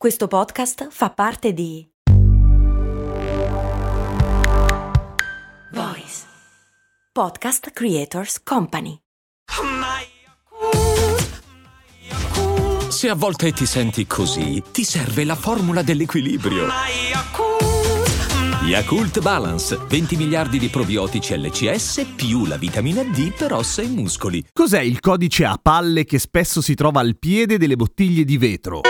Questo podcast fa parte di Voice Podcast Creators Company. Se a volte ti senti così, ti serve la formula dell'equilibrio. Yakult Balance, 20 miliardi di probiotici LCS più la vitamina D per ossa e muscoli. Cos'è il codice a palle che spesso si trova al piede delle bottiglie di vetro?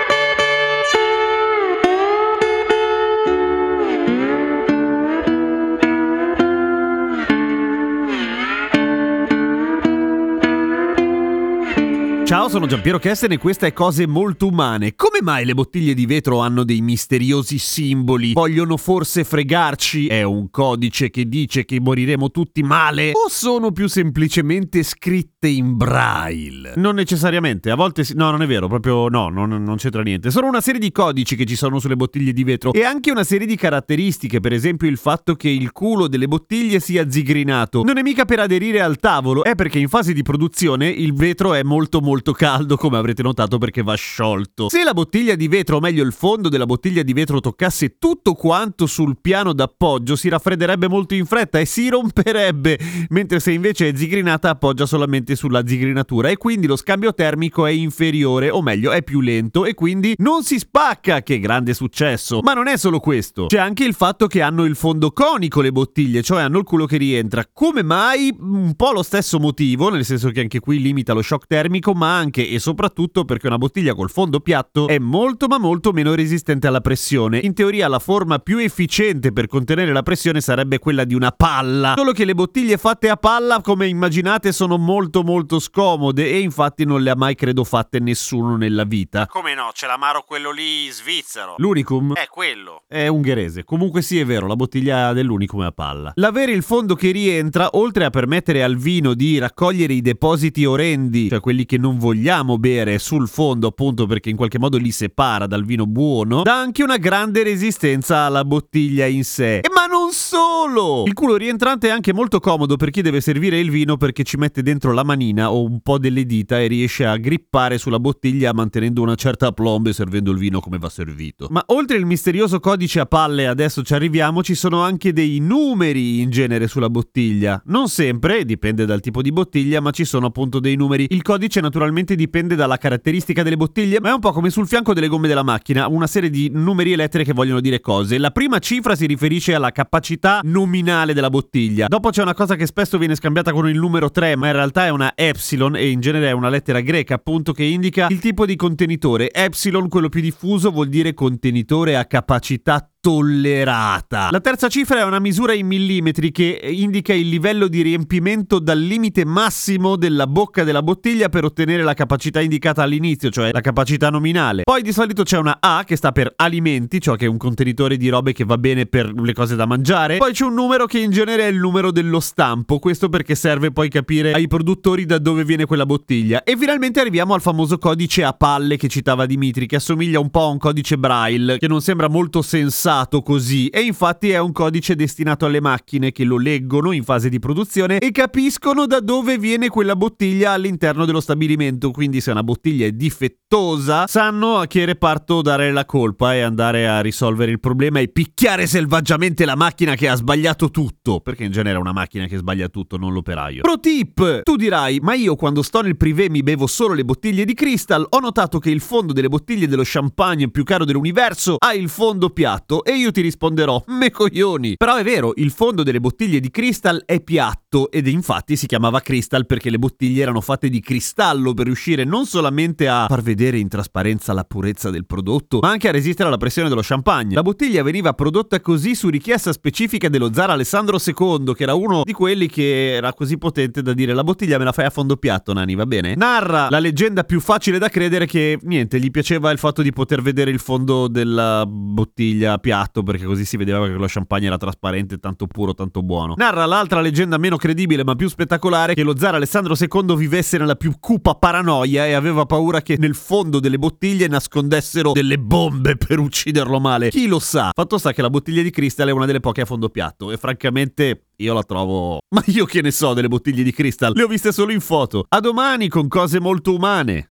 Ciao, sono Giampiero Kesten e questa è Cose Molto Umane. Come mai le bottiglie di vetro hanno dei misteriosi simboli? Vogliono forse fregarci? È un codice che dice che moriremo tutti male? O sono più semplicemente scritte in braille? Non necessariamente, a volte no, non è vero, proprio no, non c'entra niente. Sono una serie di codici che ci sono sulle bottiglie di vetro e anche una serie di caratteristiche, per esempio il fatto che il culo delle bottiglie sia zigrinato. Non è mica per aderire al tavolo, è perché in fase di produzione il vetro è molto caldo, come avrete notato, perché va sciolto. Se la bottiglia di vetro, o meglio il fondo della bottiglia di vetro, toccasse tutto quanto sul piano d'appoggio, si raffredderebbe molto in fretta e si romperebbe, mentre se invece è zigrinata appoggia solamente sulla zigrinatura e quindi lo scambio termico è inferiore, o meglio è più lento e quindi non si spacca, che grande successo. Ma non è solo questo, c'è anche il fatto che hanno il fondo conico le bottiglie, cioè hanno il culo che rientra. Come mai? Un po' lo stesso motivo, nel senso che anche qui limita lo shock termico, ma anche e soprattutto perché una bottiglia col fondo piatto è molto ma molto meno resistente alla pressione. In teoria la forma più efficiente per contenere la pressione sarebbe quella di una palla, solo che le bottiglie fatte a palla, come immaginate, sono molto scomode e infatti non le ha mai credo fatte nessuno nella vita. Come no, c'è l'amaro quello lì svizzero. L'Unicum? È quello. È ungherese. Comunque sì, è vero, la bottiglia dell'Unicum è a palla. L'avere il fondo che rientra, oltre a permettere al vino di raccogliere i depositi orendi, cioè quelli che non vogliamo bere sul fondo, appunto perché in qualche modo li separa dal vino buono, dà anche una grande resistenza alla bottiglia in sé. Ma non solo! Il culo rientrante è anche molto comodo per chi deve servire il vino, perché ci mette dentro la manina o un po' delle dita e riesce a grippare sulla bottiglia mantenendo una certa aplomb e servendo il vino come va servito. Ma oltre il misterioso codice a palle, adesso ci arriviamo, ci sono anche dei numeri in genere sulla bottiglia. Non sempre, dipende dal tipo di bottiglia, ma ci sono appunto dei numeri. Il codice naturalmente dipende dalla caratteristica delle bottiglie, ma è un po' come sul fianco delle gomme della macchina, una serie di numeri e lettere che vogliono dire cose. La prima cifra si riferisce alla capacità nominale della bottiglia. Dopo c'è una cosa che spesso viene scambiata con il numero 3, ma in realtà è una epsilon e in genere è una lettera greca, appunto, che indica il tipo di contenitore. Epsilon, quello più diffuso, vuol dire contenitore a capacità tollerata. La terza cifra è una misura in millimetri che indica il livello di riempimento dal limite massimo della bocca della bottiglia per ottenere la capacità indicata all'inizio, cioè la capacità nominale. Poi di solito c'è una A che sta per alimenti, cioè che è un contenitore di robe che va bene per le cose da mangiare. Poi c'è un numero che in genere è il numero dello stampo, questo perché serve poi capire ai produttori da dove viene quella bottiglia. E finalmente arriviamo al famoso codice a palle che citava Dimitri, che assomiglia un po' a un codice braille, che non sembra molto sensato così, e infatti è un codice destinato alle macchine che lo leggono in fase di produzione e capiscono da dove viene quella bottiglia all'interno dello stabilimento. Quindi se una bottiglia è difettosa, sanno a che reparto dare la colpa e andare a risolvere il problema e picchiare selvaggiamente la macchina che ha sbagliato tutto, perché in genere è una macchina che sbaglia tutto, non l'operaio. Pro tip! Tu dirai, ma io quando sto nel privé mi bevo solo le bottiglie di Crystal. Ho notato che il fondo delle bottiglie dello champagne più caro dell'universo ha il fondo piatto. E io ti risponderò, me coglioni. Però è vero, il fondo delle bottiglie di Crystal è piatto ed infatti si chiamava Crystal perché le bottiglie erano fatte di cristallo per riuscire non solamente a far vedere in trasparenza la purezza del prodotto, ma anche a resistere alla pressione dello champagne. La bottiglia veniva prodotta così su richiesta specifica dello zar Alessandro II, che era uno di quelli che era così potente da dire: la bottiglia me la fai a fondo piatto, Nani, va bene? Narra la leggenda più facile da credere che, niente, gli piaceva il fatto di poter vedere il fondo della bottiglia piatto, perché così si vedeva che lo champagne era trasparente, tanto puro, tanto buono. Narra l'altra leggenda meno credibile ma più spettacolare, che lo zar Alessandro II vivesse nella più cupa paranoia e aveva paura che nel fondo delle bottiglie nascondessero delle bombe per ucciderlo male. Chi lo sa? Fatto sta che la bottiglia di Crystal è una delle poche a fondo piatto e francamente io la trovo... Ma io che ne so delle bottiglie di Crystal? Le ho viste solo in foto. A domani con Cose Molto Umane.